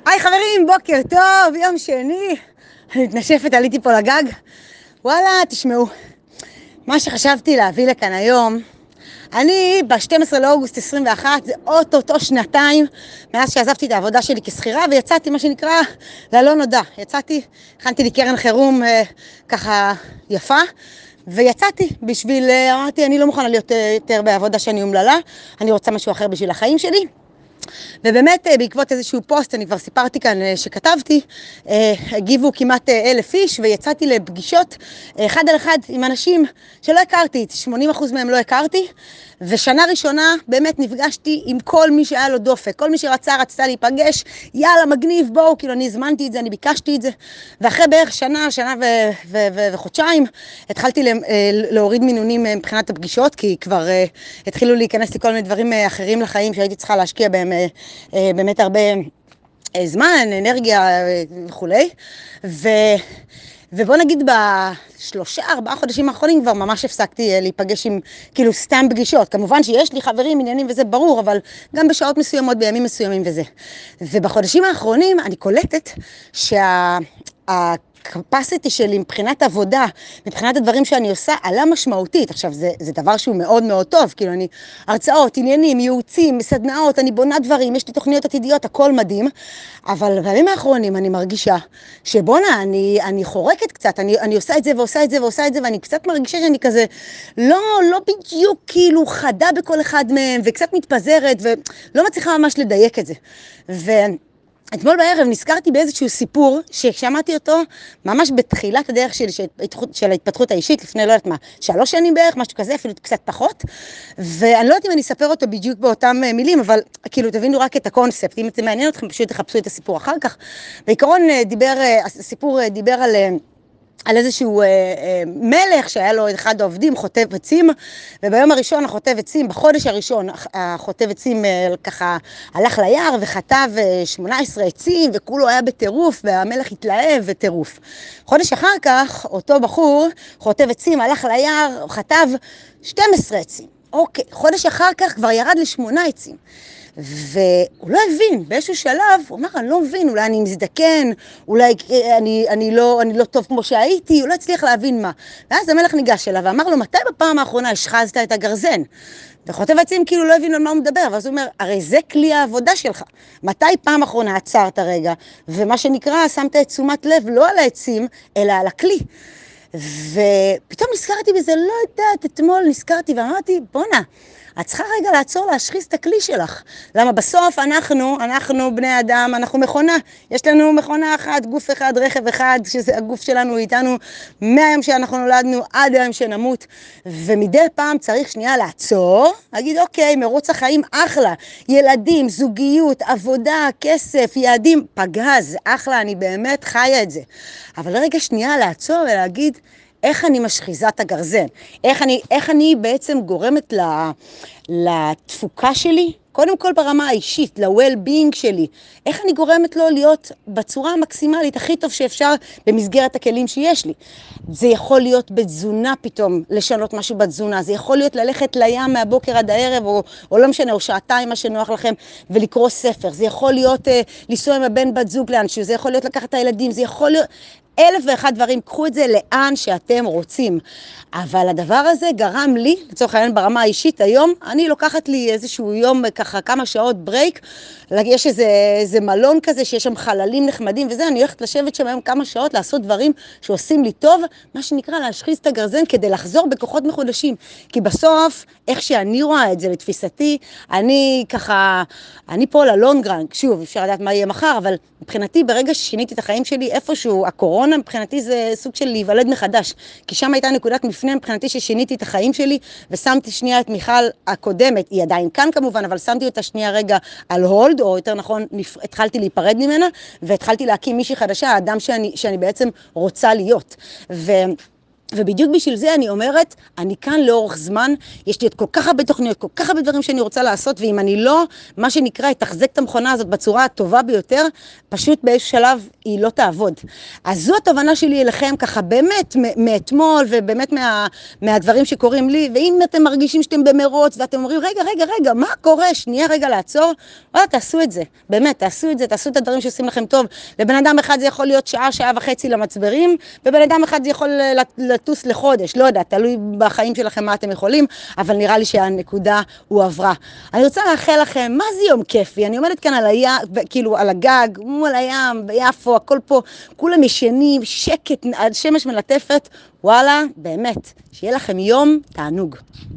היי חברים, בוקר טוב, יום שני. אני מתנשפת, עליתי פה לגג. וואלה, תשמעו, מה שחשבתי להביא לכאן היום, אני ב-12 לאוגוסט 21, זה אוטוטו שנתיים מאז שעזבתי את העבודה שלי כשכירה, ויצאתי מה שנקרא ללא נודע. יצאתי, הכנתי לי קרן חירום ככה יפה, ויצאתי בשביל, אמרתי, אני לא מוכנה להיות יותר בעבודה שאני אומללה, אני רוצה משהו אחר בשביל החיים שלי. ובאמת בעקבות איזשהו פוסט, אני כבר סיפרתי כאן שכתבתי, הגיבו כמעט 1,000 איש, ויצאתי לפגישות אחד על אחד עם אנשים שלא הכרתי, 80% מהם לא הכרתי, ושנה ראשונה באמת נפגשתי עם כל מי שהיה לו דופק, כל מי רצתה להיפגש, יאללה מגניב, בואו, כאילו אני הזמנתי את זה, אני ביקשתי את זה, ואחרי בערך שנה וחודשיים, התחלתי להוריד מינונים מבחינת הפגישות, כי כבר התחילו להיכנס לי כל מיני דברים אחרים לחיים שהייתי צריכה להשקיע בהם באמת הרבה זמן, אנרגיה וכולי, ובוא נגיד ב3-4 חודשים האחרונים כבר ממש הפסקתי להיפגש עם כאילו סתם פגישות. כמובן שיש לי חברים, עניינים וזה ברור, אבל גם בשעות מסוימות, בימים מסוימים וזה. ובחודשים האחרונים אני קולטת הקפסיטי שלי מבחינת עבודה, מבחינת הדברים שאני עושה, עלה משמעותית. עכשיו, זה דבר שהוא מאוד מאוד טוב, כאילו אני, הרצאות, עניינים, ייעוצים, סדנאות, אני בונה דברים, יש לי תוכניות עתידיות, הכל מדהים, אבל בימים האחרונים אני מרגישה שבונה, אני חורקת קצת, אני עושה את זה ועושה את זה ועושה את זה, ואני קצת מרגישה שאני כזה, לא בדיוק כאילו חדה בכל אחד מהם, וקצת מתפזרת, ולא מצליחה ממש לדייק את זה. אתמול בערב נזכרתי באיזשהו סיפור ששמעתי אותו ממש בתחילת הדרך שלי של ההתפתחות האישית, לפני לא יודעת מה, 3 שנים בערך, משהו כזה, אפילו קצת פחות, ואני לא יודעת אם אני אספר אותו בדיוק באותם מילים, אבל כאילו תבינו רק את הקונספט, אם אתם מעניין אתכם פשוט תחפשו את הסיפור אחר כך. בעיקרון הסיפור דיבר על איזשהו מלך שהיה לו אחד העובדים, חוטב עצים, וביום הראשון החוטב עצים, בחודש הראשון החוטב עצים ככה הלך ליער וכתב 18 עצים, וכולו היה בטירוף, והמלך התלהב וטירוף. חודש אחר כך אותו בחור חוטב עצים הלך ליער, כתב 12 עצים. אוקיי, חודש אחר כך כבר ירד ל8 עצים. והוא לא הבין, באיזשהו שלב, הוא אמר, אני לא מבין, אולי אני מזדקן, אולי אני לא טוב כמו שהייתי, הוא לא הצליח להבין מה. ואז המלך ניגש אליו ואמר לו, מתי בפעם האחרונה השחזת את הגרזן? וחוטב עצים כאילו לא הבין על מה הוא מדבר, ואז הוא אומר, הרי זה כלי העבודה שלך. מתי פעם האחרונה עצרת רגע, ומה שנקרא, שמת את תשומת לב לא על העצים, אלא על הכלי. ופתאום נזכרתי בזה, לא יודעת, אתמול נזכרתי ואמרתי, בונה, את צריכה רגע לעצור להשחיז את הכלי שלך. למה בסוף אנחנו בני אדם, אנחנו מכונה. יש לנו מכונה אחת, גוף אחד, רכב אחד, שזה הגוף שלנו איתנו מהיום שאנחנו נולדנו עד היום שנמות. ומדי פעם צריך שנייה לעצור, להגיד אוקיי, מרוץ החיים אחלה, ילדים, זוגיות, עבודה, כסף, יעדים, פגז, אחלה, אני באמת חיה את זה. אבל רגע שנייה לעצור ולהגיד, איך אני משחיזה את הגרזן? איך אני בעצם גורמת לתפוקה שלי? קודם כל ברמה האישית, ל-well-being שלי. איך אני גורמת לו להיות בצורה המקסימלית, הכי טוב שאפשר במסגרת הכלים שיש לי. זה יכול להיות בתזונה פתאום, לשנות משהו בתזונה. זה יכול להיות ללכת לים מהבוקר עד הערב, או לא משנה, או שעתיים מה שנוח לכם, ולקרוא ספר. זה יכול להיות לנסוע עם הבן בת זוג לאנשהו, זה יכול להיות לקחת את הילדים, זה יכול להיות 1,001 דברים, קחו את זה לאן שאתם רוצים. אבל הדבר הזה גרם לי, לצורך העניין ברמה האישית היום, אני לוקחת לי איזשהו יום, ככה כמה שעות ברייק, יש איזה מלון כזה שיש שם חללים נחמדים וזה, אני הולכת לשבת שם היום כמה שעות, לעשות דברים שעושים לי טוב, מה שנקרא להשחיז את הגרזן כדי לחזור בכוחות מחודשים. כי בסוף, איך שאני רואה את זה לתפיסתי, אני פה ללונגרן, שוב, אפשר לדעת מה יהיה מחר, אבל מבחינתי ברגע ששיניתי את החיים שלי, איפשהו הקורונה מבחינתי זה סוג של להיוולד מחדש, כי שם הייתה נקודת מפנה מבחינתי ששיניתי את החיים שלי, ושמתי שנייה את מיכל הקודמת, היא עדיין כאן כמובן, אבל שמתי אותה שנייה רגע על הולד, או יותר נכון, התחלתי להיפרד ממנה, והתחלתי להקים מישהי חדשה, האדם שאני בעצם רוצה להיות. ובדיוק בשביל זה אני אומרת, אני כאן לאורך זמן, יש לי את כל כך הרבה תוכניות, כל כך הרבה דברים שאני רוצה לעשות, ואם אני לא, מה שנקרא, אתחזק את המכונה הזאת בצורה הטובה ביותר, פשוט באיזשהו שלב היא לא תעבוד. אז זו התובנה שלי אליכם, ככה באמת מאתמול, ובאמת מהדברים שקורים לי, ואם אתם מרגישים שאתם במרוץ, ואתם אומרים, רגע, מה קורה? שנייה רגע לעצור, תעשו את זה, באמת, תעשו את זה, תעשו את הדברים שעושים לכם טוב. לבן אדם אחד זה יכול להיות שעה, שעה וחצי למצברים, ובן אדם אחד זה יכול לטוס לחודש, לא יודע, תלוי בחיים שלכם מה אתם יכולים, אבל נראה לי שהנקודה הוא עברה. אני רוצה לאחל לכם, מה זה יום כיפי? אני עומדת כאן על הים, כאילו על הגג, מול הים, ביפו, הכל פה, כולם ישנים, שקט, שמש מלטפת, וואלה, באמת, שיהיה לכם יום תענוג.